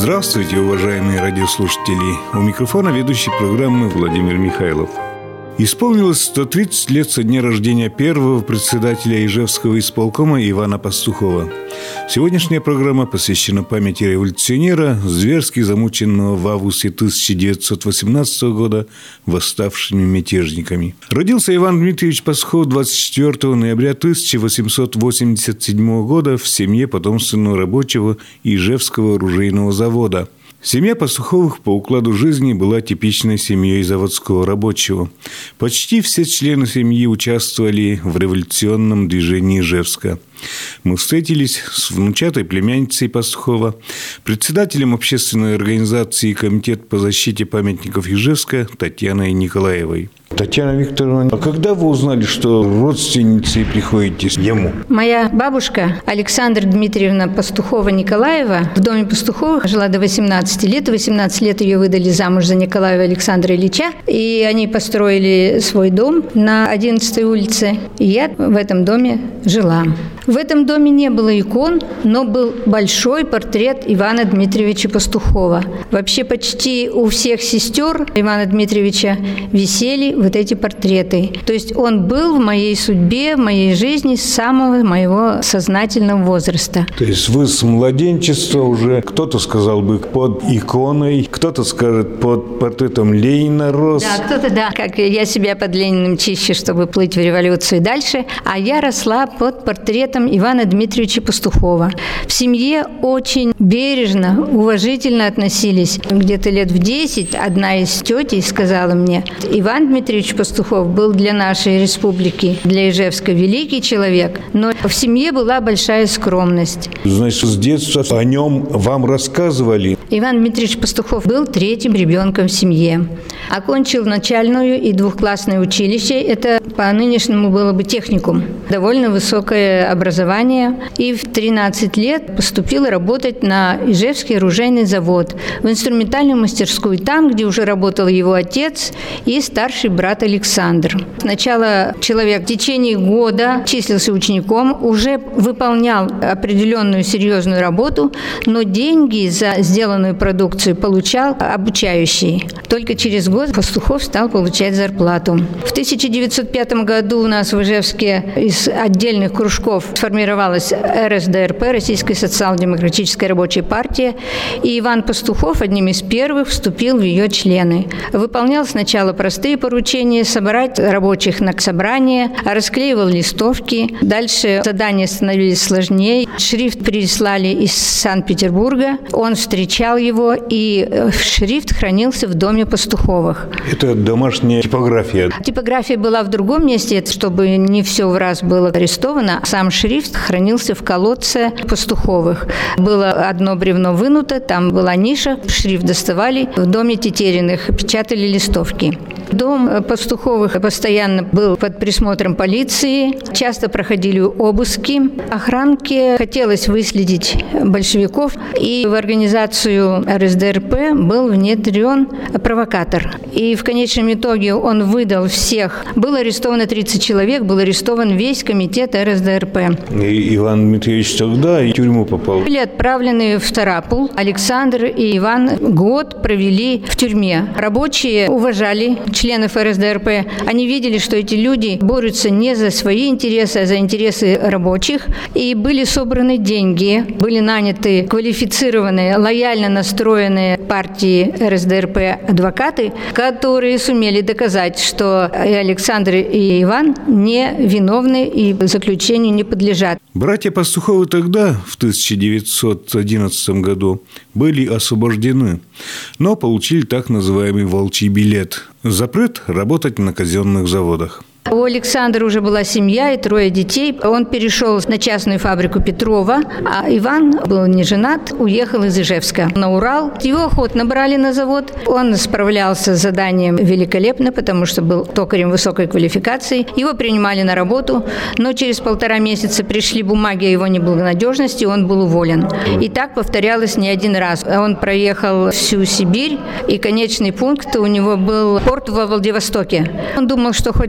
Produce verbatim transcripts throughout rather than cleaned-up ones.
Здравствуйте, уважаемые радиослушатели! У микрофона ведущий программы Владимир Михайлов. Исполнилось сто тридцать лет со дня рождения первого председателя Ижевского исполкома Ивана Пастухова. Сегодняшняя программа посвящена памяти революционера, зверски замученного в августе тысяча девятьсот восемнадцатого года восставшими мятежниками. Родился Иван Дмитриевич Пастухов двадцать четвёртого ноября тысяча восемьсот восемьдесят седьмого года в семье потомственного рабочего Ижевского оружейного завода. Семья Пастуховых по укладу жизни была типичной семьей заводского рабочего. Почти все члены семьи участвовали в революционном движении Ижевска. Мы встретились с внучатой племянницей Пастухова, председателем общественной организации «Комитет по защите памятников Ижевска» Татьяной Николаевой. Татьяна Викторовна, а когда вы узнали, что родственницей приходите ему? Моя бабушка Александра Дмитриевна Пастухова-Николаева в доме Пастуховых жила до восемнадцати лет. В восемнадцать лет ее выдали замуж за Николаева Александра Ильича, и они построили свой дом на одиннадцатой улице, и я в этом доме жила. В этом доме не было икон, но был большой портрет Ивана Дмитриевича Пастухова. Вообще почти у всех сестер Ивана Дмитриевича висели вот эти портреты. То есть он был в моей судьбе, в моей жизни с самого моего сознательного возраста. То есть вы с младенчества уже, кто-то сказал бы, под иконой, кто-то скажет, под портретом Ленина рос. Да, кто-то, да, как я себя под Лениным чище, чтобы плыть в революцию дальше, а я росла под портретом Ивана Дмитриевича Пастухова. В семье очень бережно, уважительно относились. Где-то лет в десять одна из тетей сказала мне: Иван Дмитриевич Пастухов был для нашей республики, для Ижевска, великий человек, но в семье была большая скромность. Значит, с детства о нем вам рассказывали? Иван Дмитриевич Пастухов был третьим ребенком в семье. Окончил начальную и двухклассное училище. Это по нынешнему было бы техникум. Довольно высокое образование. И в тринадцать лет поступил работать на Ижевский оружейный завод, в инструментальную мастерскую, там, где уже работал его отец и старший брат Александр. Сначала человек в течение года числился учеником, уже выполнял определенную серьезную работу, но деньги за сделанную продукцию получал обучающий. Только через год Пастухов стал получать зарплату. В тысяча девятьсот пятом году у нас в Ижевске из отдельных кружков сформировалась эр эс дэ эр пэ, Российская социал-демократическая рабочая партия, и Иван Пастухов одним из первых вступил в ее члены. Выполнял сначала простые поручения: собрать рабочих на собрание, расклеивал листовки. Дальше задания становились сложнее. Шрифт прислали из Санкт-Петербурга. Он встречал его, и шрифт хранился в доме Пастуховых. Это домашняя типография? Типография была в другом месте, чтобы не все в раз было арестовано. Сам шрифт хранился в колодце Пастуховых. Было одно бревно вынуто, там была ниша, шрифт доставали. В доме Тетериных печатали листовки. Дом Пастуховых постоянно был под присмотром полиции, часто проходили обыски. Охранке хотелось выследить большевиков, и в организацию эр эс дэ эр пэ был внедрен провокатор. И в конечном итоге он выдал всех. Было арестовано тридцать человек, был арестован весь комитет эр эс дэ эр пэ. И Иван Дмитриевич тогда и в тюрьму попал? Были отправлены в Тарапул. Александр и Иван год провели в тюрьме. Рабочие уважали членов эр эс дэ эр пэ. Они видели, что эти люди борются не за свои интересы, а за интересы рабочих. И были собраны деньги, были наняты квалифицированные, лояльно настроенные партии эр эс дэ эр пэ адвокаты, которые сумели доказать, что и Александр, и Иван не виновны и заключению не подлежат. Братья Пастуховы тогда, в тысяча девятьсот одиннадцатом году, были освобождены, но получили так называемый «волчий билет» – запрет работать на казенных заводах. У Александра уже была семья и трое детей. Он перешел на частную фабрику Петрова, а Иван был не женат, уехал из Ижевска на Урал. Его охотно брали на завод. Он справлялся с заданием великолепно, потому что был токарем высокой квалификации. Его принимали на работу, но через полтора месяца пришли бумаги о его неблагонадежности, и он был уволен. И так повторялось не один раз. Он проехал всю Сибирь, и конечный пункт у него был порт во Владивостоке. Он думал, что хоть там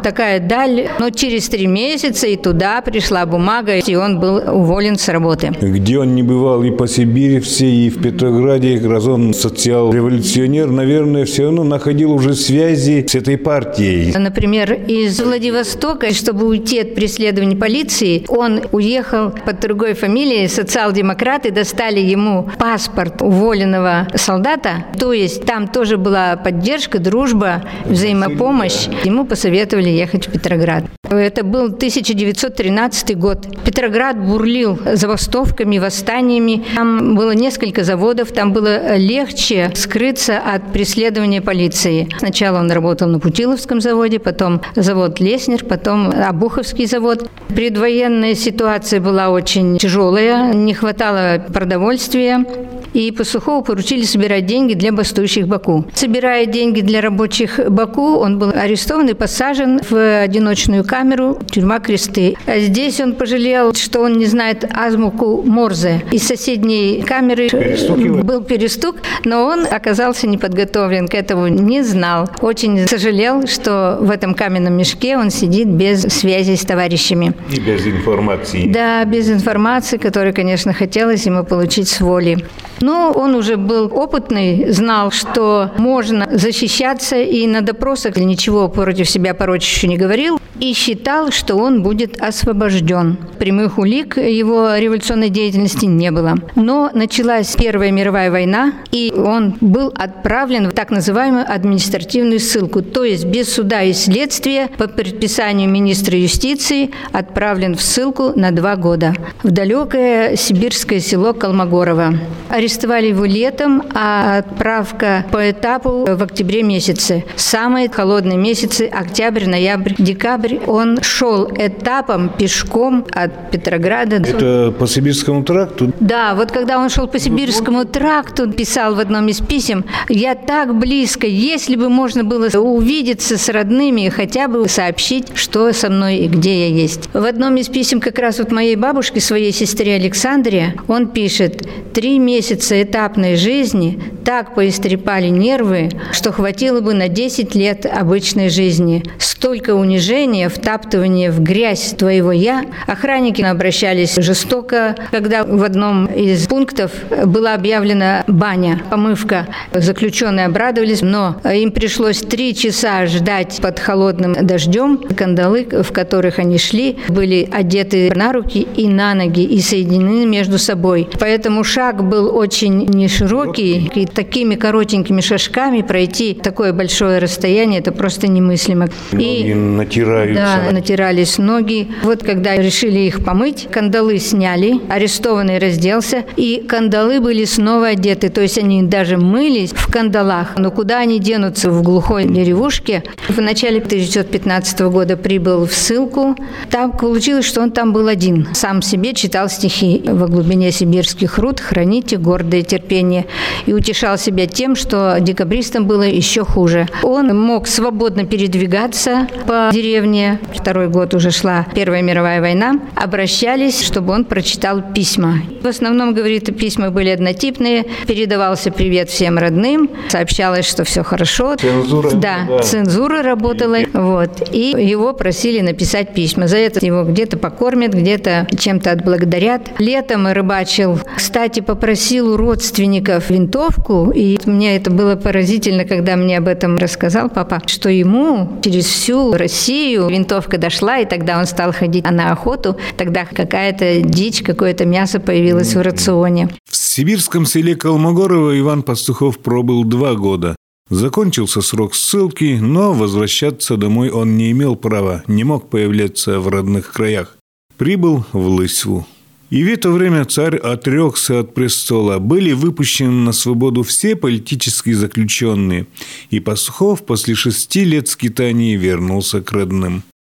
такая даль, но через три месяца и туда пришла бумага, и он был уволен с работы. Где он не бывал, и по Сибири все, и в Петрограде, раз он социал-революционер, наверное, все равно находил уже связи с этой партией. Например, из Владивостока, чтобы уйти от преследований полиции, он уехал под другой фамилией, социал-демократы достали ему паспорт уволенного солдата, то есть там тоже была поддержка, дружба, взаимопомощь. Ему посоветовали ехать в Петроград. Это был тысяча девятьсот тринадцатый год. Петроград бурлил забастовками, восстаниями. Там было несколько заводов, там было легче скрыться от преследования полиции. Сначала он работал на Путиловском заводе, потом завод «Леснер», потом Обуховский завод. Предвоенная ситуация была очень тяжелая, не хватало продовольствия. И Пастухову поручили собирать деньги для бастующих Баку. Собирая деньги для рабочих Баку, он был арестован и посажен в одиночную камеру, тюрьма Кресты. А здесь он пожалел, что он не знает азбуку Морзе. Из соседней камеры перестук был перестук, но он оказался неподготовлен к этому, не знал. Очень сожалел, что в этом каменном мешке он сидит без связи с товарищами. И без информации. Да, без информации, которую, конечно, хотелось ему получить с воли. Но он уже был опытный, знал, что можно защищаться, и на допросах ничего против себя порочащего не говорил, и считал, что он будет освобожден. Прямых улик его революционной деятельности не было. Но началась Первая мировая война, и он был отправлен в так называемую административную ссылку, то есть без суда и следствия, по предписанию министра юстиции, отправлен в ссылку на два года в далекое сибирское село Колмогорово. Арестовали его летом, а отправка по этапу в октябре месяце. Самые холодные месяцы – октябрь, ноябрь, декабрь. Он шел этапом пешком от Петрограда. Это по Сибирскому тракту? Да, вот когда он шел по Сибирскому тракту, писал в одном из писем: «Я так близко, если бы можно было увидеться с родными, хотя бы сообщить, что со мной и где я есть». В одном из писем как раз вот моей бабушке, своей сестре Александре, он пишет: «Три месяца этапной жизни так поистрепали нервы, что хватило бы на десять лет обычной жизни. Столько унижения, втаптывания в грязь твоего «я». Охранники обращались жестоко, когда в одном из пунктов была объявлена баня, помывка. Заключенные обрадовались, но им пришлось три часа ждать под холодным дождем. Кандалы, в которых они шли, были одеты на руки и на ноги и соединены между собой. Поэтому шаг был очень неширокий, и такими коротенькими шажками пройти такое большое расстояние — это просто немыслимо. Ноги натираются. Да, натирались ноги. Вот когда решили их помыть, кандалы сняли, арестованный разделся, и кандалы были снова одеты. То есть они даже мылись в кандалах. Но куда они денутся в глухой деревушке? В начале тысяча девятьсот пятнадцатого года прибыл в ссылку. Так получилось, что он там был один. Сам себе читал стихи: «Во глубине сибирских руд храните гордое терпение». И утешал себя тем, что декабристам было еще хуже. Он мог свободно передвигаться по деревне. Второй год уже шла Первая мировая война. Обращались, чтобы он прочитал письма. В основном, говорит, письма были однотипные. Передавался привет всем родным. Сообщалось, что все хорошо. Цензура. Да, да. Цензура работала. Вот. И его просили написать письма. За это его где-то покормят, где-то чем-то отблагодарят. Летом рыбачил. Кстати, попросил у родственников винтовку. И мне это было поразительно, когда мне об этом рассказал папа, что ему через всю Россию винтовка дошла, и тогда он стал ходить на охоту. Тогда какая-то дичь, какое-то мясо появилось в рационе. В сибирском селе Колмогорово Иван Пастухов пробыл два года. Закончился срок ссылки, но возвращаться домой он не имел права, не мог появляться в родных краях. Прибыл в Лысьву. И в это время царь отрекся от престола. Были выпущены на свободу все политические заключенные. И Пастухов после шести лет скитаний вернулся к родным.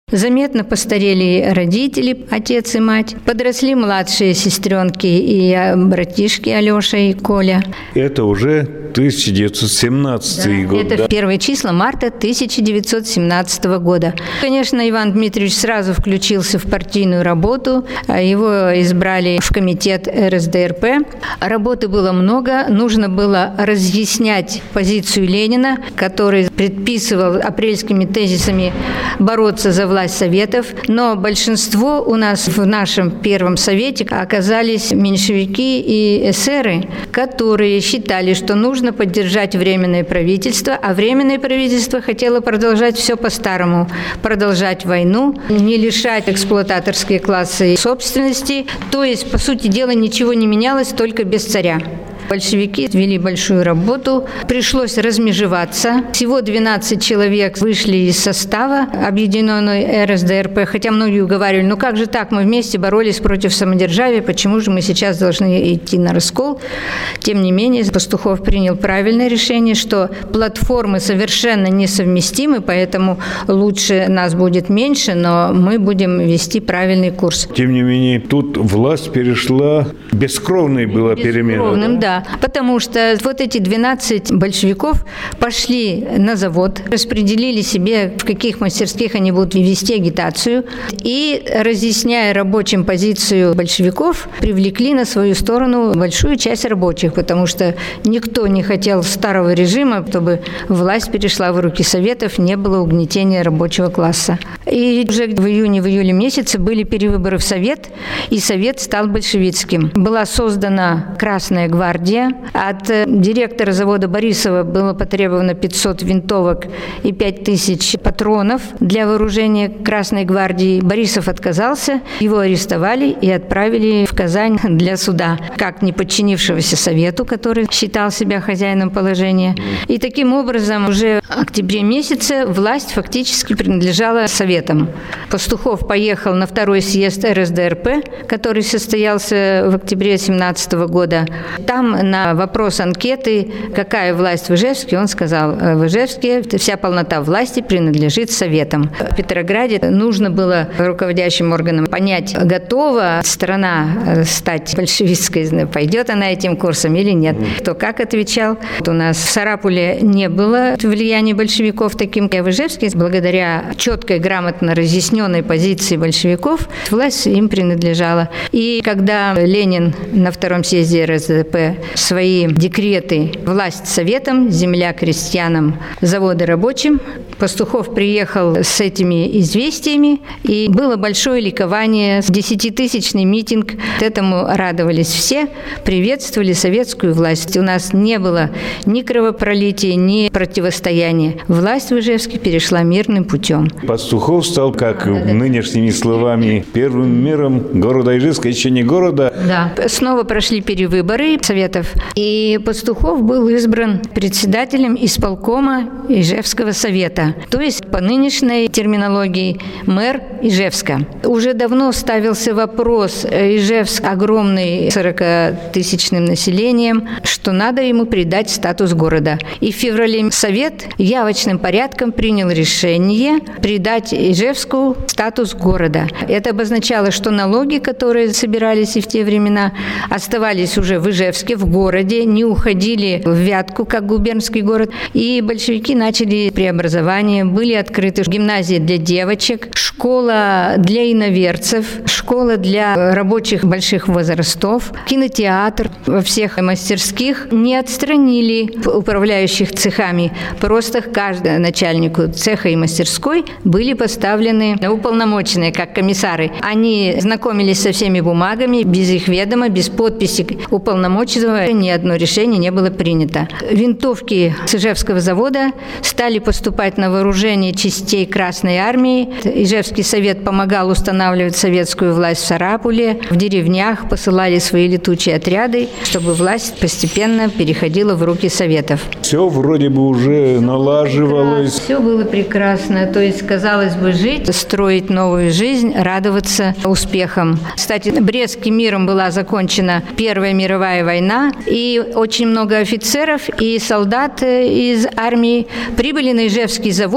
Заметно постарели родители, отец и мать. Подросли младшие сестренки и братишки Алеша и Коля. Это уже тысяча девятьсот семнадцатый да, год. Это да? первые числа марта тысяча девятьсот семнадцатого года. Конечно, Иван Дмитриевич сразу включился в партийную работу. Его избрали в комитет эр эс дэ эр пэ. Работы было много. Нужно было разъяснять позицию Ленина, который предписывал апрельскими тезисами бороться за власть Советов, но большинство у нас в нашем первом Совете оказались меньшевики и эсеры, которые считали, что нужно поддержать Временное правительство, а Временное правительство хотело продолжать все по-старому, продолжать войну, не лишать эксплуататорские классы собственности, то есть, по сути дела, ничего не менялось, только без царя. Большевики вели большую работу, пришлось размежеваться. Всего двенадцать человек вышли из состава объединенной эр эс дэ эр пэ, хотя многие уговаривали, ну как же так, мы вместе боролись против самодержавия, почему же мы сейчас должны идти на раскол? Тем не менее, Пастухов принял правильное решение, что платформы совершенно несовместимы, поэтому лучше нас будет меньше, но мы будем вести правильный курс. Тем не менее, тут власть перешла, бескровной была перемена. Бескровным, да. Потому что вот эти двенадцать большевиков пошли на завод, распределили себе, в каких мастерских они будут вести агитацию, и, разъясняя рабочим позицию большевиков, привлекли на свою сторону большую часть рабочих, потому что никто не хотел старого режима, чтобы власть перешла в руки Советов, не было угнетения рабочего класса. И уже в июне, в июле месяце были перевыборы в Совет, и Совет стал большевистским. Была создана Красная гвардия. От директора завода Борисова было потребовано пятьсот винтовок и пять тысяч патронов для вооружения Красной гвардии. Борисов отказался, его арестовали и отправили в Казань для суда, как не подчинившегося Совету, который считал себя хозяином положения. И таким образом уже в октябре месяце власть фактически принадлежала Советам. Пастухов поехал на второй съезд эр эс дэ эр пэ, который состоялся в октябре семнадцатого года. Там на вопрос анкеты, какая власть в Ижевске, он сказал, в Ижевске вся полнота власти принадлежит Советам. В Петрограде нужно было руководящим органам понять, готова страна стать большевистской, пойдет она этим курсом или нет. Кто как отвечал. У нас в Сарапуле не было влияния большевиков таким, как в Ижевске. Благодаря четкой, грамотно разъясненной позиции большевиков власть им принадлежала. И когда Ленин на втором съезде эр эс дэ эр пэ свои декреты «Власть советам», «Земля крестьянам», «Заводы рабочим», Пастухов приехал с этими известиями, и было большое ликование, десятитысячный митинг. Этому радовались все, приветствовали советскую власть. У нас не было ни кровопролития, ни противостояния. Власть в Ижевске перешла мирным путем. Пастухов стал, как нынешними словами, первым мэром города Ижевска, еще не города. Да. Снова прошли перевыборы Советов, и Пастухов был избран председателем исполкома Ижевского совета, то есть по нынешней терминологии мэр Ижевска. Уже давно ставился вопрос, Ижевск огромный сорокатысячным населением, что надо ему придать статус города. И в феврале Совет явочным порядком принял решение придать Ижевску статус города. Это обозначало, что налоги, которые собирались и в те времена, оставались уже в Ижевске, в городе, не уходили в Вятку, как губернский город. И большевики начали преобразование. Были открыты гимназии для девочек, школа для иноверцев, школа для рабочих больших возрастов, кинотеатр. Во всех мастерских не отстранили управляющих цехами. Просто каждому начальнику цеха и мастерской были поставлены уполномоченные, как комиссары. Они знакомились со всеми бумагами, без их ведома, без подписи уполномоченного ни одно решение не было принято. Винтовки с Ижевского завода стали поступать на вооружение частей Красной армии. Ижевский совет помогал устанавливать советскую власть в Сарапуле. В деревнях посылали свои летучие отряды, чтобы власть постепенно переходила в руки Советов. Все вроде бы уже налаживалось. Все было прекрасно. То есть, казалось бы, жить, строить новую жизнь, радоваться успехам. Кстати, Брестским миром была закончена Первая мировая война, и очень много офицеров и солдат из армии прибыли на Ижевский завод и устроились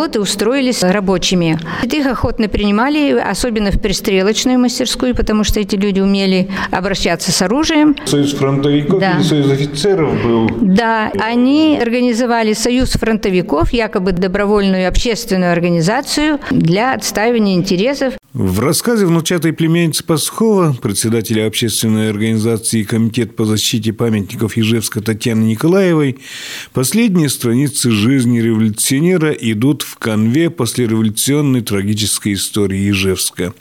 устроились рабочими. Их охотно принимали, особенно в перестрелочную мастерскую, потому что эти люди умели обращаться с оружием. Союз фронтовиков да. или союз офицеров был? Да, они организовали союз фронтовиков, якобы добровольную общественную организацию для отстаивания интересов. В рассказе внучатой племянницы Пастухова, председателя общественной организации «Комитет по защите памятников Ижевска» Татьяны Николаевой, последние страницы жизни революционера идут в канве послереволюционной трагической истории Ижевска.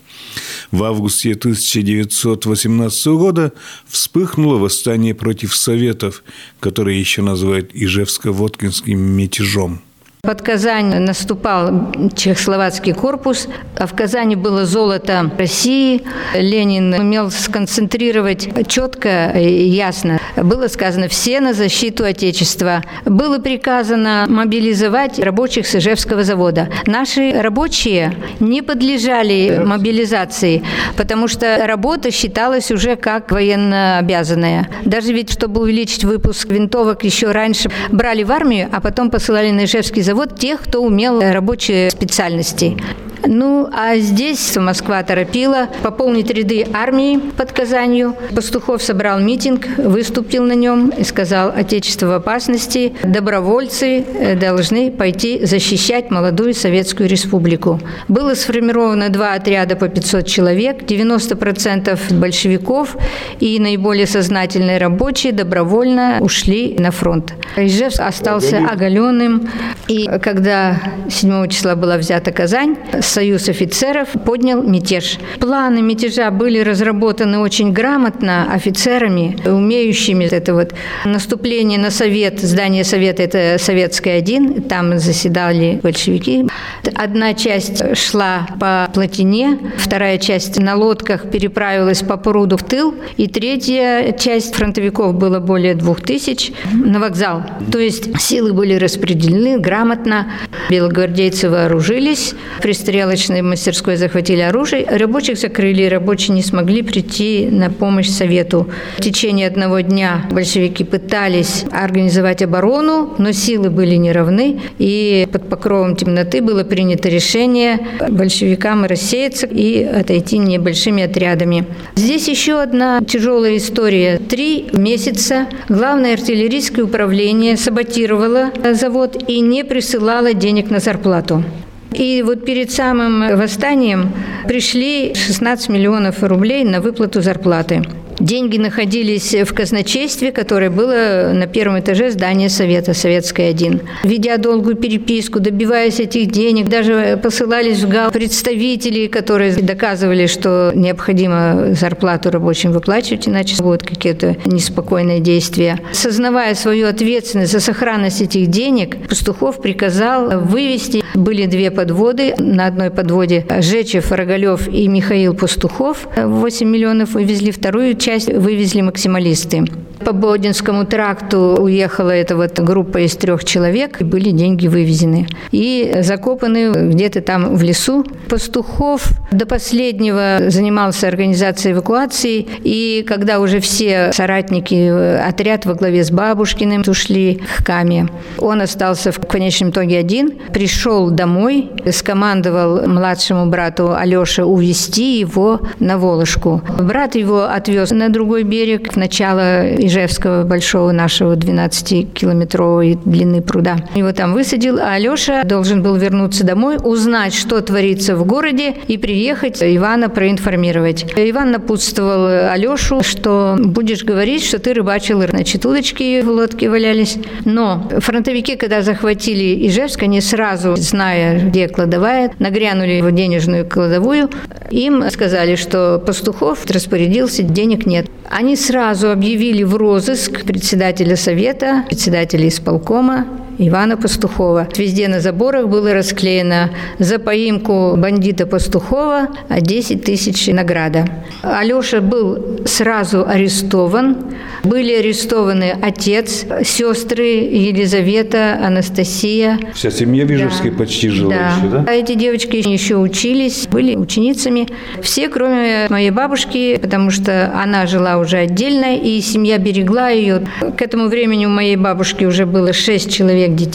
В августе тысяча девятьсот восемнадцатого года вспыхнуло восстание против Советов, которое еще называют Ижевско-Воткинским мятежом. Под Казань наступал чехословацкий корпус, а в Казани было золото России. Ленин умел сконцентрировать четко и ясно. Было сказано «все на защиту Отечества». Было приказано мобилизовать рабочих с Ижевского завода. Наши рабочие не подлежали мобилизации, потому что работа считалась уже как военнообязанная. Даже ведь, чтобы увеличить выпуск винтовок, еще раньше брали в армию, а потом посылали на Ижевский завод тех, кто умел рабочие специальности. Ну, а здесь Москва торопила пополнить ряды армии под Казанью. Пастухов собрал митинг, выступил на нем и сказал: «Отечество в опасности, добровольцы должны пойти защищать молодую Советскую Республику». Было сформировано два отряда по пятьсот человек, девяносто процентов большевиков и наиболее сознательные рабочие добровольно ушли на фронт. Ижевск остался оголенным, и когда седьмого числа была взята Казань, Союз офицеров поднял мятеж. Планы мятежа были разработаны очень грамотно офицерами, умеющими это вот наступление на совет. Здание совета – это Советская один, там заседали большевики. Одна часть шла по плотине, вторая часть на лодках переправилась по пруду в тыл, и третья часть фронтовиков, было более двух тысяч, на вокзал. То есть силы были распределены грамотно, белогвардейцы вооружились, пристрелочной мастерской захватили оружие, рабочих закрыли, рабочие не смогли прийти на помощь Совету. В течение одного дня большевики пытались организовать оборону, но силы были неравны, и под покровом темноты было принято решение большевикам рассеяться и отойти небольшими отрядами. Здесь еще одна тяжелая история. Три месяца Главное артиллерийское управление саботировало завод и не присылало денег на зарплату. И вот перед самым восстанием пришли шестнадцать миллионов рублей на выплату зарплаты. Деньги находились в казначействе, которое было на первом этаже здания Совета, Советская один. Ведя долгую переписку, добиваясь этих денег, даже посылались в ГАУ представители, которые доказывали, что необходимо зарплату рабочим выплачивать, иначе будут какие-то неспокойные действия. Сознавая свою ответственность за сохранность этих денег, Пастухов приказал вывести. Были две подводы. На одной подводе Жечев, Рогалев и Михаил Пастухов восемь миллионов вывезли, вторую часть часть вывезли максималисты. По Бодинскому тракту уехала эта вот группа из трех человек, и были деньги вывезены. И закопаны где-то там в лесу. Пастухов до последнего занимался организацией эвакуации, и когда уже все соратники, отряд во главе с Бабушкиным ушли к Каме, он остался в конечном итоге один, пришел домой, скомандовал младшему брату Алёше увезти его на Волошку. Брат его отвез на другой берег, в начало Ижевского большого нашего двенадцатикилометровой длины пруда. Его там высадил, а Алёша должен был вернуться домой, узнать, что творится в городе, и приехать Ивана проинформировать. Иван напутствовал Алёшу, что будешь говорить, что ты рыбачил, значит, удочки в лодке валялись. Но фронтовики, когда захватили Ижевск, они сразу, зная, где кладовая, нагрянули в денежную кладовую. Им сказали, что Пастухов распорядился, денег нет. Они сразу объявили в розыск председателя совета, председателя исполкома Ивана Пастухова. Везде на заборах было расклеено: за поимку бандита Пастухова десять тысяч награда. Алёша был сразу арестован. Были арестованы отец, сестры Елизавета, Анастасия. Вся семья в Ижевске, да, почти жила да. еще, да? А эти девочки еще учились, были ученицами. Все, кроме моей бабушки, потому что она жила уже отдельно, и семья берегла ее. К этому времени у моей бабушки уже было шесть человек детей.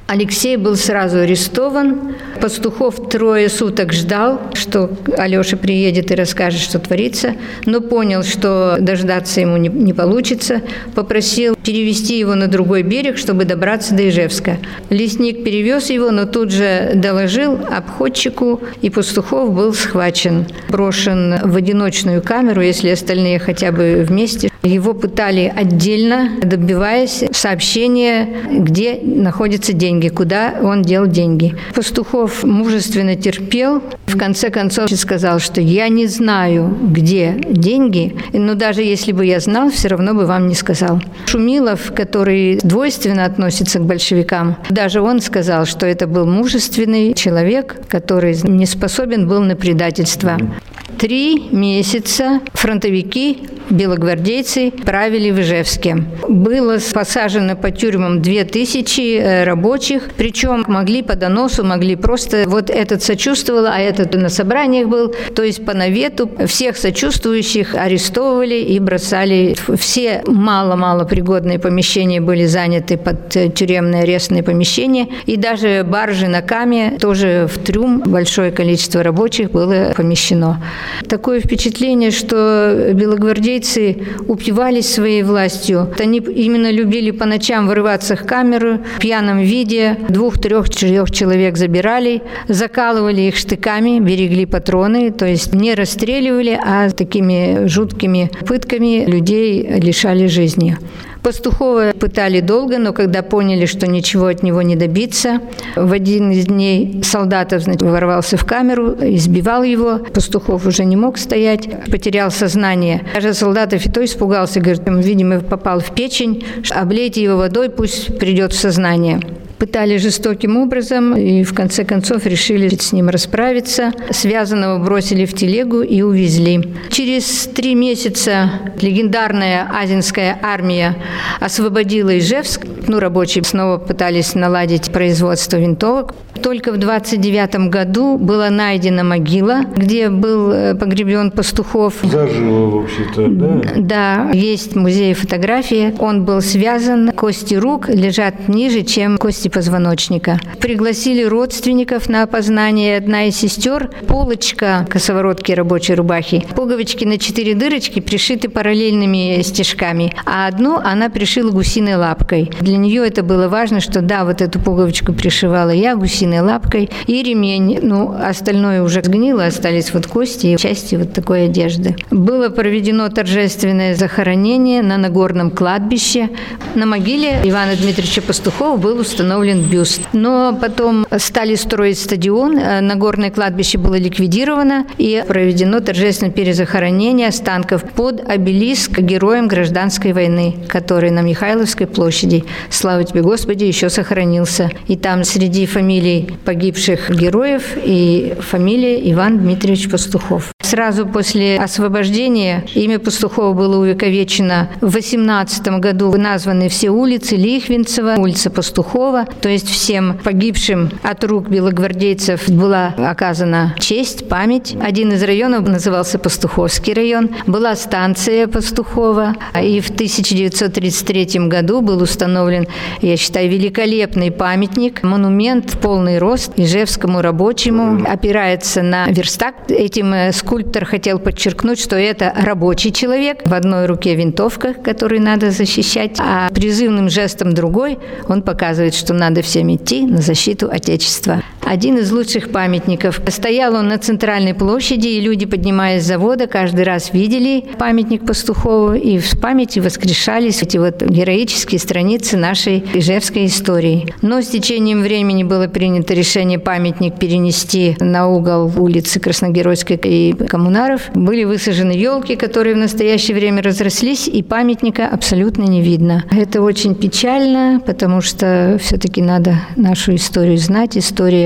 Алексей был сразу арестован. Пастухов трое суток ждал, что Алеша приедет и расскажет, что творится, но понял, что дождаться ему не, не получится. Попросил перевести его на другой берег, чтобы добраться до Ижевска. Лесник перевез его, но тут же доложил обходчику, и Пастухов был схвачен, брошен в одиночную камеру, если остальные хотя бы вместе. Его пытали отдельно, добиваясь сообщения, где находятся деньги, куда он дел деньги. Пастухов мужественно терпел. В конце концов сказал, что я не знаю, где деньги, но даже если бы я знал, все равно бы вам не сказал. Шумилов, который двойственно относится к большевикам, даже он сказал, что это был мужественный человек, который не способен был на предательство. Три месяца фронтовики, белогвардейцы правили в Ижевске. Было посажено по тюрьмам две тысячи рабочих, причем могли по доносу, могли просто, вот этот сочувствовал, а этот на собраниях был, то есть по навету всех сочувствующих арестовывали и бросали. Все мало-мало пригодные помещения были заняты под тюремные арестные помещения, и даже баржи на Каме тоже в трюм большое количество рабочих было помещено. Такое впечатление, что белогвардейцы упивались своей властью. Они именно любили по ночам вырываться в камеру в пьяном виде. Двух, трех, четырех человек забирали, закалывали их штыками, берегли патроны, то есть не расстреливали, а такими жуткими пытками людей лишали жизни. Пастухова пытали долго, но когда поняли, что ничего от него не добиться, в один из дней солдатов, значит, ворвался в камеру, избивал его. Пастухов уже не мог стоять, потерял сознание. Даже солдатов и то испугался, говорит, видимо, попал в печень, облейте его водой, пусть придет в сознание. Пытали жестоким образом и в конце концов решили с ним расправиться. Связанного бросили в телегу и увезли. Через три месяца легендарная Азинская армия освободила Ижевск. Ну, рабочие снова пытались наладить производство винтовок. Только в двадцать девятом году была найдена могила, где был погребен Пастухов. Заживо, вообще-то, да? Да, есть в музее фотографии. Он был связан, кости рук лежат ниже, чем кости позвоночника. Пригласили родственников на опознание. Одна из сестер, полочка косоворотки рабочей рубахи, пуговички на четыре дырочки пришиты параллельными стежками, а одну она пришила гусиной лапкой. Для нее это было важно, что да, вот эту пуговичку пришивала я гусиной лапкой, и ремень, ну, остальное уже сгнило, остались вот кости и части вот такой одежды. Было проведено торжественное захоронение на Нагорном кладбище. На могиле Ивана Дмитриевича Пастухова был установлен бюст. Но потом стали строить стадион, Нагорное кладбище было ликвидировано, и проведено торжественное перезахоронение останков под обелиск героям гражданской войны, который на Михайловской площади, слава тебе, Господи, еще сохранился. И там среди фамилий погибших героев и фамилия Иван Дмитриевич Пастухов. Сразу после освобождения имя Пастухова было увековечено. В восемнадцатом году названы все улицы: Лихвинцева, улица Пастухова. То есть всем погибшим от рук белогвардейцев была оказана честь, память. Один из районов назывался Пастуховский район. Была станция Пастухова. И в тысяча девятьсот тридцать третьем году был установлен, я считаю, великолепный памятник, монумент в полный рост ижевскому рабочему. Опирается на верстак. Этим скульптор хотел подчеркнуть, что это рабочий человек. В одной руке винтовка, которую надо защищать, а призывным жестом другой он показывает, что надо всем идти на защиту Отечества. Один из лучших памятников. Стоял он на центральной площади, и люди, поднимаясь с завода, каждый раз видели памятник Пастухову, и в памяти воскрешались эти вот героические страницы нашей ижевской истории. Но с течением времени было принято решение памятник перенести на угол улицы Красногеройской и Коммунаров. Были высажены елки, которые в настоящее время разрослись, и памятника абсолютно не видно. Это очень печально, потому что все-таки надо нашу историю знать. История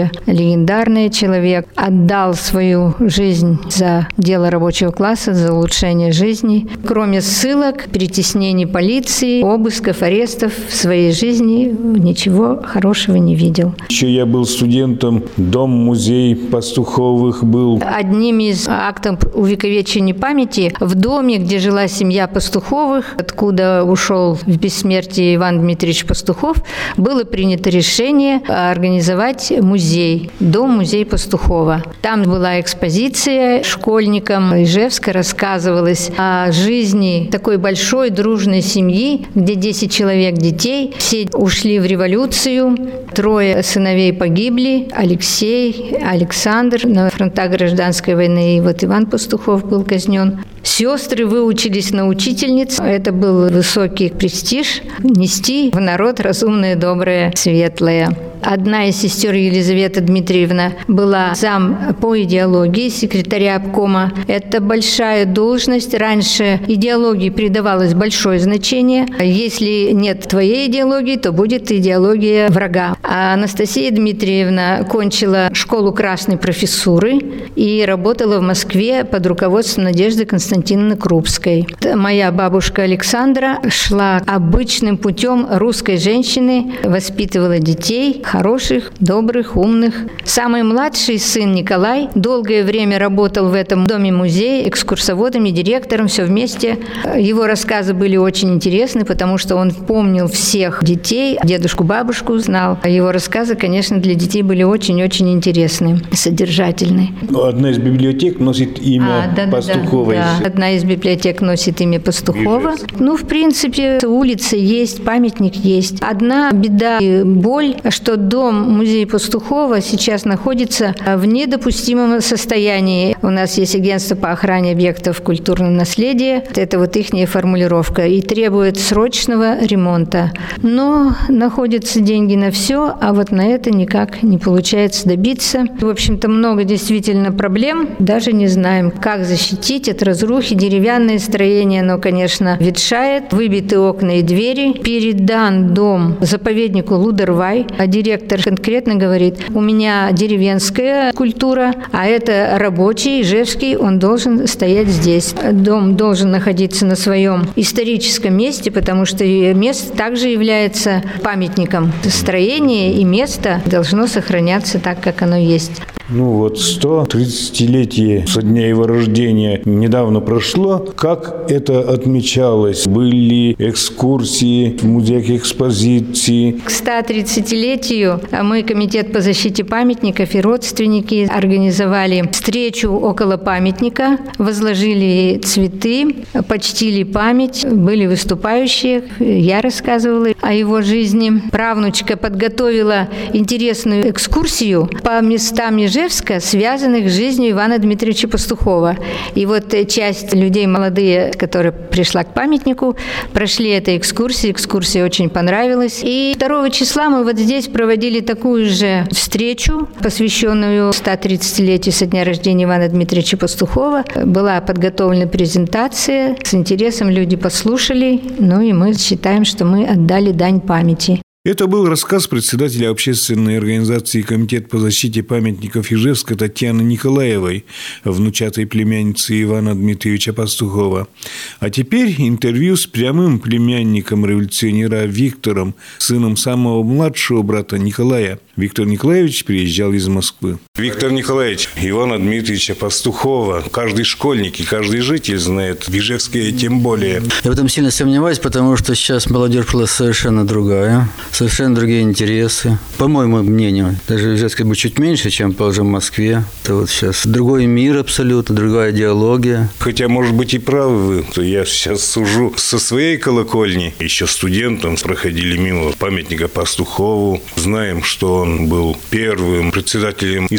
тоже легендарный человек. Отдал свою жизнь за дело рабочего класса, за улучшение жизни. Кроме ссылок, притеснений полиции, обысков, арестов в своей жизни ничего хорошего не видел. Еще я был студентом, дом-музей Пастуховых был. Одним из актов увековечения памяти в доме, где жила семья Пастуховых, откуда ушел в бессмертие Иван Дмитриевич Пастухов, было принято решение организовать музей, дом-музей Пастухова. Там была экспозиция, школьникам Ижевска рассказывалось о жизни такой большой дружной семьи, где десять человек детей, все ушли в революцию, трое сыновей погибли, Алексей, Александр на фронтах гражданской войны, и вот Иван Пастухов был казнен. Сестры выучились на учительниц. Это был высокий престиж нести в народ разумное, доброе, светлое. Одна из сестер, Елизавета Дмитриевна, была зам по идеологии секретаря обкома. Это большая должность. Раньше идеологии придавалось большое значение. Если нет твоей идеологии, то будет идеология врага. А Анастасия Дмитриевна кончила школу красной профессуры и работала в Москве под руководством Надежды Константиновны Крупской. Моя бабушка Александра шла обычным путем русской женщины, воспитывала детей, хороших, добрых, умных. Самый младший сын Николай долгое время работал в этом доме-музее экскурсоводом и директором, все вместе. Его рассказы были очень интересны, потому что он помнил всех детей, дедушку, бабушку знал. Его рассказы, конечно, для детей были очень-очень интересны, содержательны. Одна из библиотек носит имя а, да, Пастухова. Да, да. Одна из библиотек носит имя Пастухова. Ну, в принципе, улица есть, памятник есть. Одна беда и боль, что дом-музей Пастухова сейчас находится в недопустимом состоянии. У нас есть агентство по охране объектов культурного наследия. Это вот их формулировка. И требует срочного ремонта. Но находятся деньги на все, а вот на это никак не получается добиться. В общем-то, много действительно проблем. Даже не знаем, как защитить от разрухи. Деревянное строение, оно, конечно, ветшает. Выбиты окна и двери. Передан дом заповеднику Лудервай. А директор конкретно говорит, у меня деревенская культура, а это рабочий, ижевский, он должен стоять здесь. Дом должен находиться на своем историческом месте, потому что место также является памятником. Строение и место должно сохраняться так, как оно есть. Ну вот сто тридцатилетие со дня его рождения недавно прошло. Как это отмечалось? Были экскурсии в музеях, экспозиции? К стотридцатилетию мы, Комитет по защите памятников и родственники, организовали встречу около памятника, возложили цветы, почтили память, были выступающие. Я рассказывала о его жизни. Правнучка подготовила интересную экскурсию по местам Ижевска, связанных с жизнью Ивана Дмитриевича Пастухова. И вот часть людей молодые, которая пришла к памятнику, прошли эту экскурсию. Экскурсия очень понравилась. И второго числа мы вот здесь проводили такую же встречу, посвященную стотридцатилетию со дня рождения Ивана Дмитриевича Пастухова. Была подготовлена презентация. С интересом люди послушали. Ну и мы считаем, что мы отдали дань памяти. Это был рассказ председателя общественной организации «Комитет по защите памятников Ижевска» Татьяны Николаевой, внучатой племянницы Ивана Дмитриевича Пастухова. А теперь интервью с прямым племянником революционера Виктором, сыном самого младшего брата Николая. Виктор Николаевич приезжал из Москвы. Виктор Николаевич, Ивана Дмитриевича Пастухова каждый школьник и каждый житель знает, в Ижевске тем более. Я в этом сильно сомневаюсь, потому что сейчас молодежь была совершенно другая, совершенно другие интересы. По моему мнению, даже в Ижевске будет чуть меньше, чем, положим, в Москве. Это вот сейчас другой мир абсолютно, другая идеология. Хотя, может быть, и правы вы, то я сейчас сужу со своей колокольни. Еще студентом проходили мимо памятника Пастухову. Знаем, что он был первым председателем исполнительного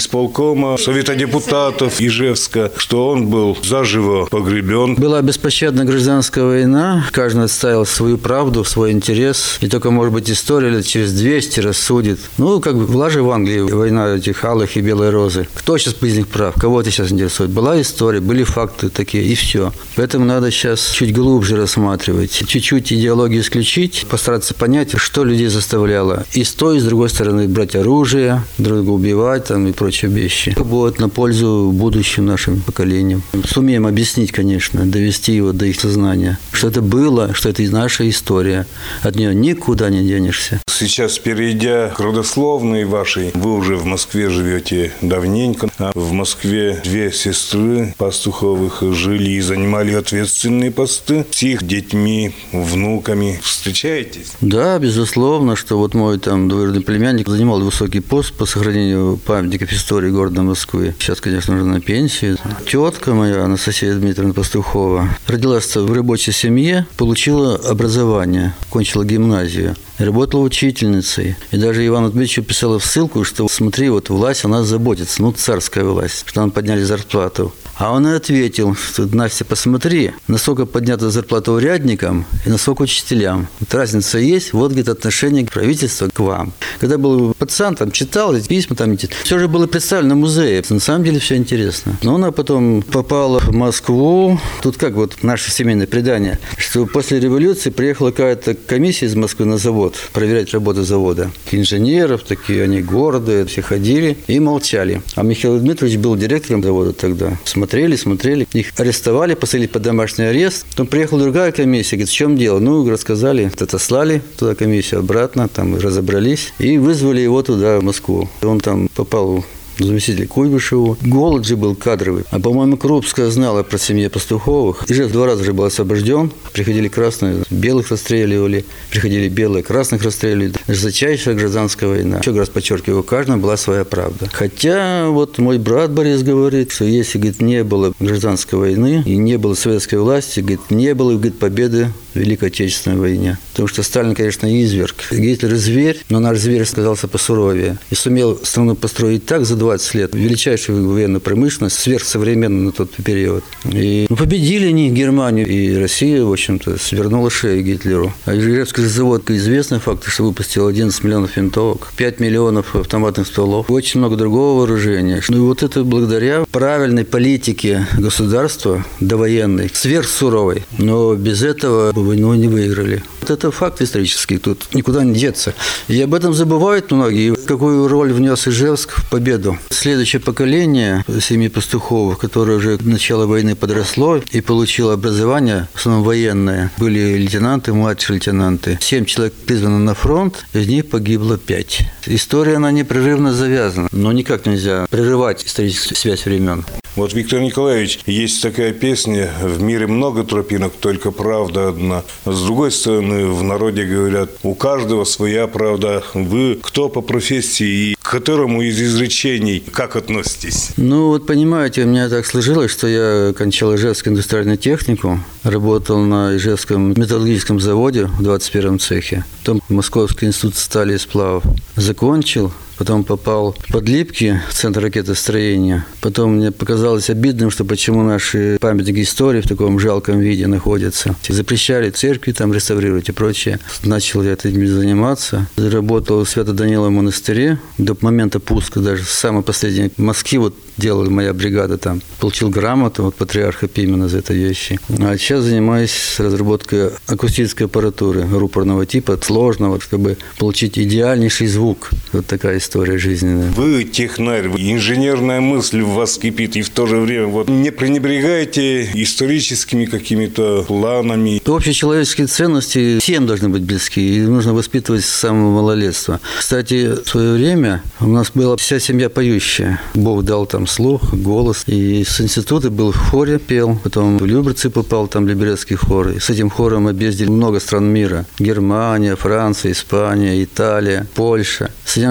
исполкома, Совета депутатов Ижевска, что он был заживо погребен. Была беспощадная гражданская война, каждый отставил свою правду, свой интерес, и только, может быть, история лет через двести рассудит. Ну, как бы была же в Англии война этих алых и белой розы. Кто сейчас из них прав? Кого это сейчас интересует? Была история, были факты такие, и все. Поэтому надо сейчас чуть глубже рассматривать, чуть-чуть идеологию исключить, постараться понять, что людей заставляло и с той, и с другой стороны брать оружие, друг друга убивать там, и прочие вещи. Это будет на пользу будущим нашим поколениям. Сумеем объяснить, конечно, довести его до их сознания, что это было, что это наша история. От нее никуда не денешься. Сейчас, перейдя к родословной вашей, вы уже в Москве живете давненько, а в Москве две сестры Пастуховых жили и занимали ответственные посты. С их детьми, внуками встречаетесь? Да, безусловно, что вот мой там двоюродный племянник занимал высокий пост по сохранению памятников истории города Москвы. Сейчас, конечно, уже на пенсии. Тетка моя, Анастасия Дмитриевна Пастухова, родилась в рабочей семье, получила образование, кончила гимназию. Работала учительницей. И даже Ивану Дмитриевичу писала в ссылку, что смотри, вот власть о нас заботится, ну, царская власть, что нам подняли зарплату. А он и ответил, что Настя, посмотри, насколько поднята зарплата урядникам и насколько учителям. Вот разница есть, вот, говорит, отношение правительства к вам. Когда был пацан, там читал эти письма, там все же было представлено в музее. На самом деле все интересно. Но она потом попала в Москву. Тут как вот наше семейное предание, что после революции приехала какая-то комиссия из Москвы на завод проверять работу завода. Инженеров такие, они гордые, все ходили и молчали. А Михаил Дмитриевич был директором завода тогда. Смотрели, смотрели. Их арестовали, посадили под домашний арест. Потом приехала другая комиссия, говорит, в чем дело? Ну, рассказали, отослали туда комиссию обратно, там разобрались и вызвали его туда, в Москву. Он там попал заместитель Куйбышеву. Голод же был кадровый. А, по-моему, Крупская знала про семью Пастуховых. Ижевск два раза же был освобожден. Приходили красные, белых расстреливали. Приходили белые, красных расстреливали. Жесточайшая гражданская война. Еще раз подчеркиваю, у каждого была своя правда. Хотя вот мой брат Борис говорит, что если, говорит, не было гражданской войны и не было советской власти, говорит, не было, говорит, победы в Великой Отечественной войне. Потому что Сталин, конечно, изверг. Гитлер зверь, но наш зверь оказался посуровее. И сумел страну построить так за двадцать лет. Величайшую военную промышленность, сверхсовременную на тот период. И ну, победили они Германию. И Россия, в общем-то, свернула шею Гитлеру. А Ижевский завод, известный факт, что выпустил одиннадцать миллионов винтовок, пять миллионов автоматных стволов, очень много другого вооружения. Ну и вот это благодаря правильной политике государства довоенной, сверхсуровой. Но без этого войну не выиграли. Вот это факт исторический, тут никуда не деться. И об этом забывают многие. Какую роль внес Ижевск в победу? Следующее поколение семьи Пастуховых, которое уже к началу войны подросло и получило образование, в основном военное, были лейтенанты, младшие лейтенанты. Семь человек призваны на фронт, из них погибло пять. История, она непрерывно завязана, но никак нельзя прерывать историческую связь времен. Вот, Виктор Николаевич, есть такая песня «В мире много тропинок, только правда одна». С другой стороны, в народе говорят, у каждого своя правда. Вы кто по профессии и к которому из изречений как относитесь? Ну, вот понимаете, у меня так сложилось, что я окончал Ижевский индустриальный техникум, работал на Ижевском металлургическом заводе в двадцать первом цехе, потом Московский институт стали и сплавов закончил. Потом попал в Подлипки, в Центр ракетостроения. Потом мне показалось обидным, что почему наши памятники истории в таком жалком виде находятся. Запрещали церкви там реставрировать и прочее. Начал я этим заниматься. Работал в Свято-Даниловом монастыре. До момента пуска даже самый последний в Москве вот делала моя бригада там. Получил грамоту от патриарха Пимена за это вещи. А сейчас занимаюсь разработкой акустической аппаратуры рупорного типа, сложного, чтобы получить идеальнейший звук. Вот такая история. История жизненная. Вы технарь, инженерная мысль в вас кипит, и в то же время вот не пренебрегаете историческими какими-то планами. Общечеловеческие ценности всем должны быть близки, и нужно воспитывать с самого малолетства. Кстати, в свое время у нас была вся семья поющая. Бог дал там слух, голос. И с института был в хоре, пел. Потом в Люберцы попал, там либерецкий хор. И с этим хором объездили много стран мира. Германия, Франция, Испания, Италия, Польша, Соединенные Штаты Америки.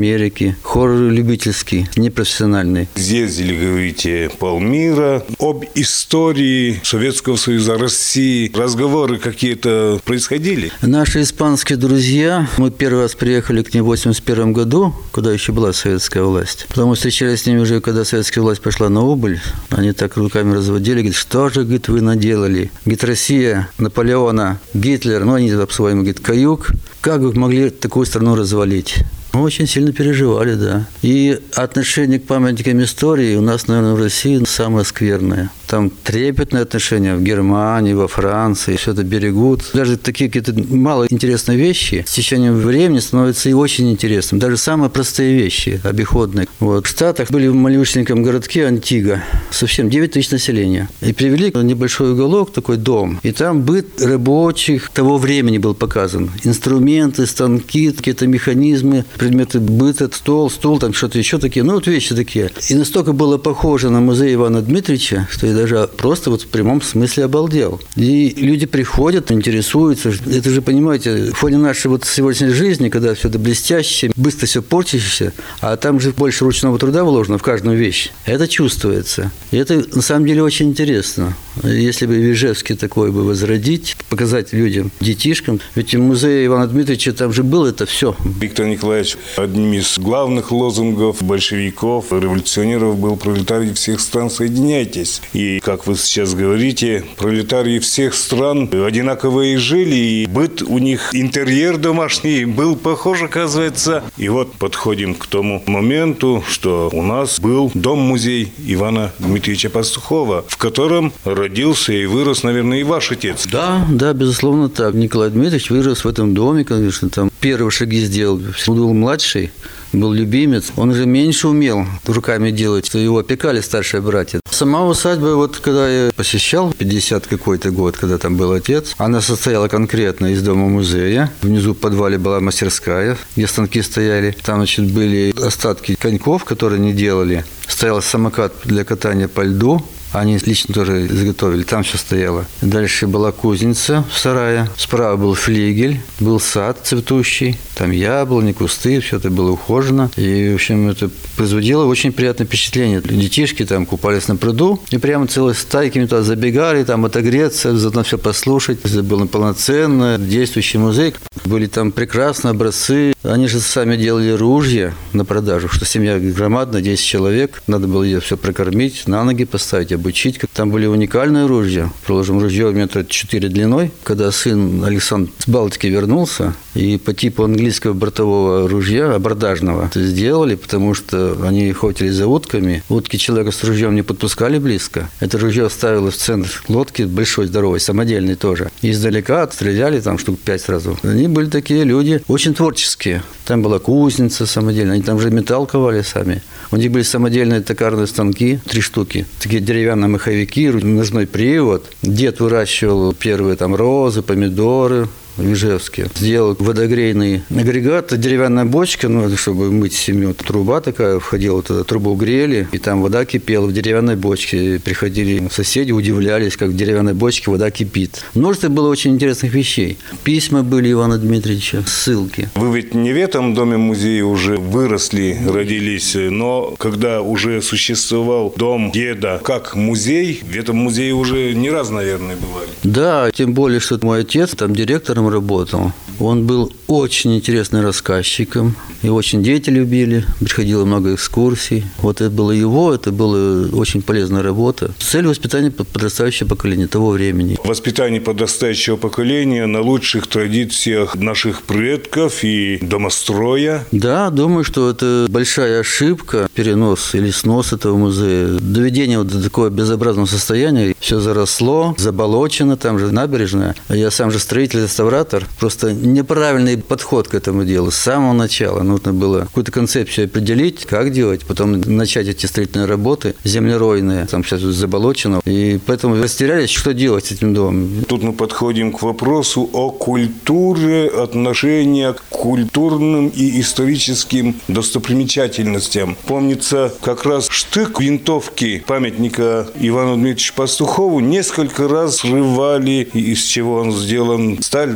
Америки. Хор любительский, непрофессиональный. Съездили, говорите, полмира. Об истории Советского Союза, России разговоры какие-то происходили? Наши испанские друзья, мы первый раз приехали к ним в восемьдесят первом году, когда еще была советская власть. Потом мы встречались с ними уже, когда советская власть пошла на убыль. Они так руками разводили, говорят, что же, говорит, вы наделали? Говорит, Россия, Наполеона, Гитлер, ну они по-своему, говорит, каюк. Как вы могли такую страну развалить? Мы очень сильно переживали, да. И отношение к памятникам истории у нас, наверное, в России самое скверное. Там трепетные отношения в Германии, во Франции, все это берегут. Даже такие какие-то мало интересные вещи с течением времени становятся и очень интересными. Даже самые простые вещи, обиходные. Вот. В Штатах были в малюсеньком городке Антиго, совсем девять тысяч населения. И привели небольшой уголок, такой дом. И там быт рабочих того времени был показан. Инструменты, станки, какие-то механизмы, предметы быта, стол, стул, там что-то еще такие. Ну, вот вещи такие. И настолько было похоже на музей Ивана Дмитриевича, что я даже просто вот в прямом смысле обалдел. И люди приходят, интересуются. Это же, понимаете, в фоне нашей вот сегодняшней жизни, когда все это блестящее, быстро все портящееся, а там же больше ручного труда вложено в каждую вещь. Это чувствуется. И это на самом деле очень интересно. Если бы в Ижевске такое бы возродить, показать людям, детишкам. Ведь в музее Ивана Дмитриевича там же было это все. Виктор Николаевич, одним из главных лозунгов большевиков, революционеров был «Пролетарии всех стран, соединяйтесь». И, как вы сейчас говорите, пролетарии всех стран одинаково и жили, и быт у них, интерьер домашний был похож, оказывается. И вот подходим к тому моменту, что у нас был дом-музей Ивана Дмитриевича Пастухова, в котором родился и вырос, наверное, и ваш отец. Да, да, безусловно так. Николай Дмитриевич вырос в этом доме, конечно, там первые шаги сделал. Он был младший, был любимец. Он уже меньше умел руками делать, что его опекали старшие братья. Сама усадьба, вот когда я посещал, пятьдесят какой-то год, когда там был отец, она состояла конкретно из дома-музея. Внизу в подвале была мастерская, где станки стояли. Там, значит, были остатки коньков, которые не делали. Стоял самокат для катания по льду. Они лично тоже изготовили, там все стояло. Дальше была кузница в сарае. Справа был флигель, был сад цветущий. Там яблони, кусты, все это было ухожено. И, в общем, это производило очень приятное впечатление. Детишки там купались на пруду, и прямо целые стайками туда забегали, там отогреться, заодно все послушать. Это был полноценный действующий музей. Были там прекрасные образцы. Они же сами делали ружья на продажу, что семья громадная, десять человек. Надо было ее все прокормить, на ноги поставить, обучить. Там были уникальные ружья. Положим, ружье метра четыре длиной. Когда сын Александр с Балтики вернулся, и по типу английского бортового ружья, абордажного, это сделали, потому что они охотились за утками. Утки человека с ружьем не подпускали близко. Это ружье ставило в центр лодки, большой, здоровой, самодельный тоже. И издалека стреляли, там штук пять сразу. Они были такие люди очень творческие. Там была кузница самодельная, они там же металл ковали сами. У них были самодельные токарные станки, три штуки. Такие деревянные маховики, ножной привод. Дед выращивал первые там розы, помидоры в Ижевске. Сделал водогрейный агрегат, деревянная бочка, ну, чтобы мыть семью. Труба такая входила, туда трубу грели, и там вода кипела в деревянной бочке. Приходили соседи, удивлялись, как в деревянной бочке вода кипит. Множество было очень интересных вещей. Письма были Ивана Дмитриевича, ссылки. Вы ведь не в этом доме-музее уже выросли, родились, но когда уже существовал дом деда как музей, в этом музее уже не раз, наверное, бывали. Да, тем более, что мой отец там директором работал. Он был очень интересным рассказчиком, и очень дети любили, приходило много экскурсий. Вот это было его, это была очень полезная работа. Цель воспитания подрастающего поколения того времени. Воспитание подрастающего поколения на лучших традициях наших предков и домостроя. Да, думаю, что это большая ошибка, перенос или снос этого музея. Доведение вот до такого безобразного состояния. Все заросло, заболочено, там же набережная. Я сам же строитель-реставратор. Просто неправильный подход к этому делу с самого начала. Нужно было какую-то концепцию определить, как делать, потом начать эти строительные работы, землеройные, там сейчас заболочено. И поэтому растерялись, что делать с этим домом. Тут мы подходим к вопросу о культуре, отношения к культурным и историческим достопримечательностям. Помнится, как раз штык винтовки памятника Ивану Дмитриевичу Пастухову несколько раз срывали, из чего он сделан, сталь, да?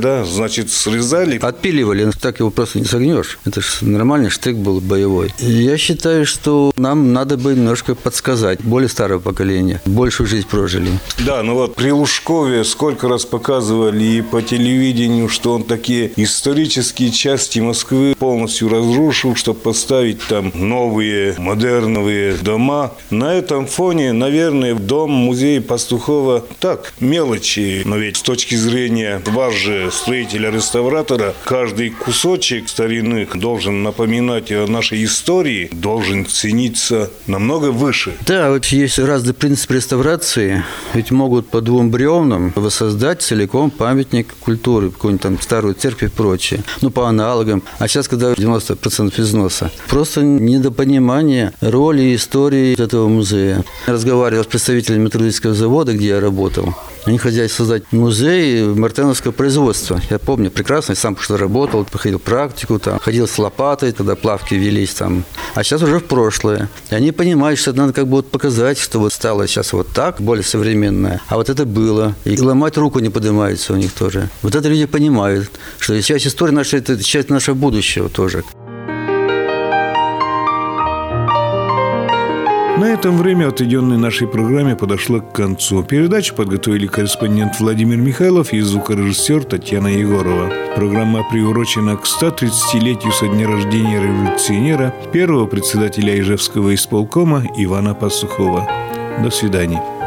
да? Значит, срезали? Отпиливали, так его просто не согнешь. Это же нормальный штык был боевой. И я считаю, что нам надо бы немножко подсказать. Более старое поколение. Большую жизнь прожили. Да, ну вот при Лужкове сколько раз показывали и по телевидению, что он такие исторические части Москвы полностью разрушил, чтобы поставить там новые модерновые дома. На этом фоне, наверное, дом музея Пастухова так, мелочи. Но ведь с точки зрения вас же, строителя-реставратора, каждый кусочек старинных должен напоминать о нашей истории, должен цениться намного выше. Да, вот есть разный принцип реставрации. Ведь могут по двум бревнам воссоздать целиком памятник культуры, какую-нибудь там старую церковь и прочее. Ну, по аналогам. А сейчас, когда девяносто процентов износа. Просто недопонимание роли и истории этого музея. Я разговаривал с представителями металлургического завода, где я работал. Они хотели создать музей мартеновского производства. Я помню прекрасно, я сам что работал, проходил практику, там, ходил с лопатой, когда плавки велись там. А сейчас уже в прошлое. И они понимают, что это надо как бы вот показать, что вот стало сейчас вот так, более современное. А вот это было. И ломать руку не поднимается у них тоже. Вот это люди понимают, что часть истории нашей, это часть нашего будущего тоже. На этом время, отведенное нашей программе, подошло к концу. Передачу подготовили корреспондент Владимир Михайлов и звукорежиссер Татьяна Егорова. Программа приурочена к ста тридцатилетию со дня рождения революционера, первого председателя Ижевского исполкома Ивана Пастухова. До свидания.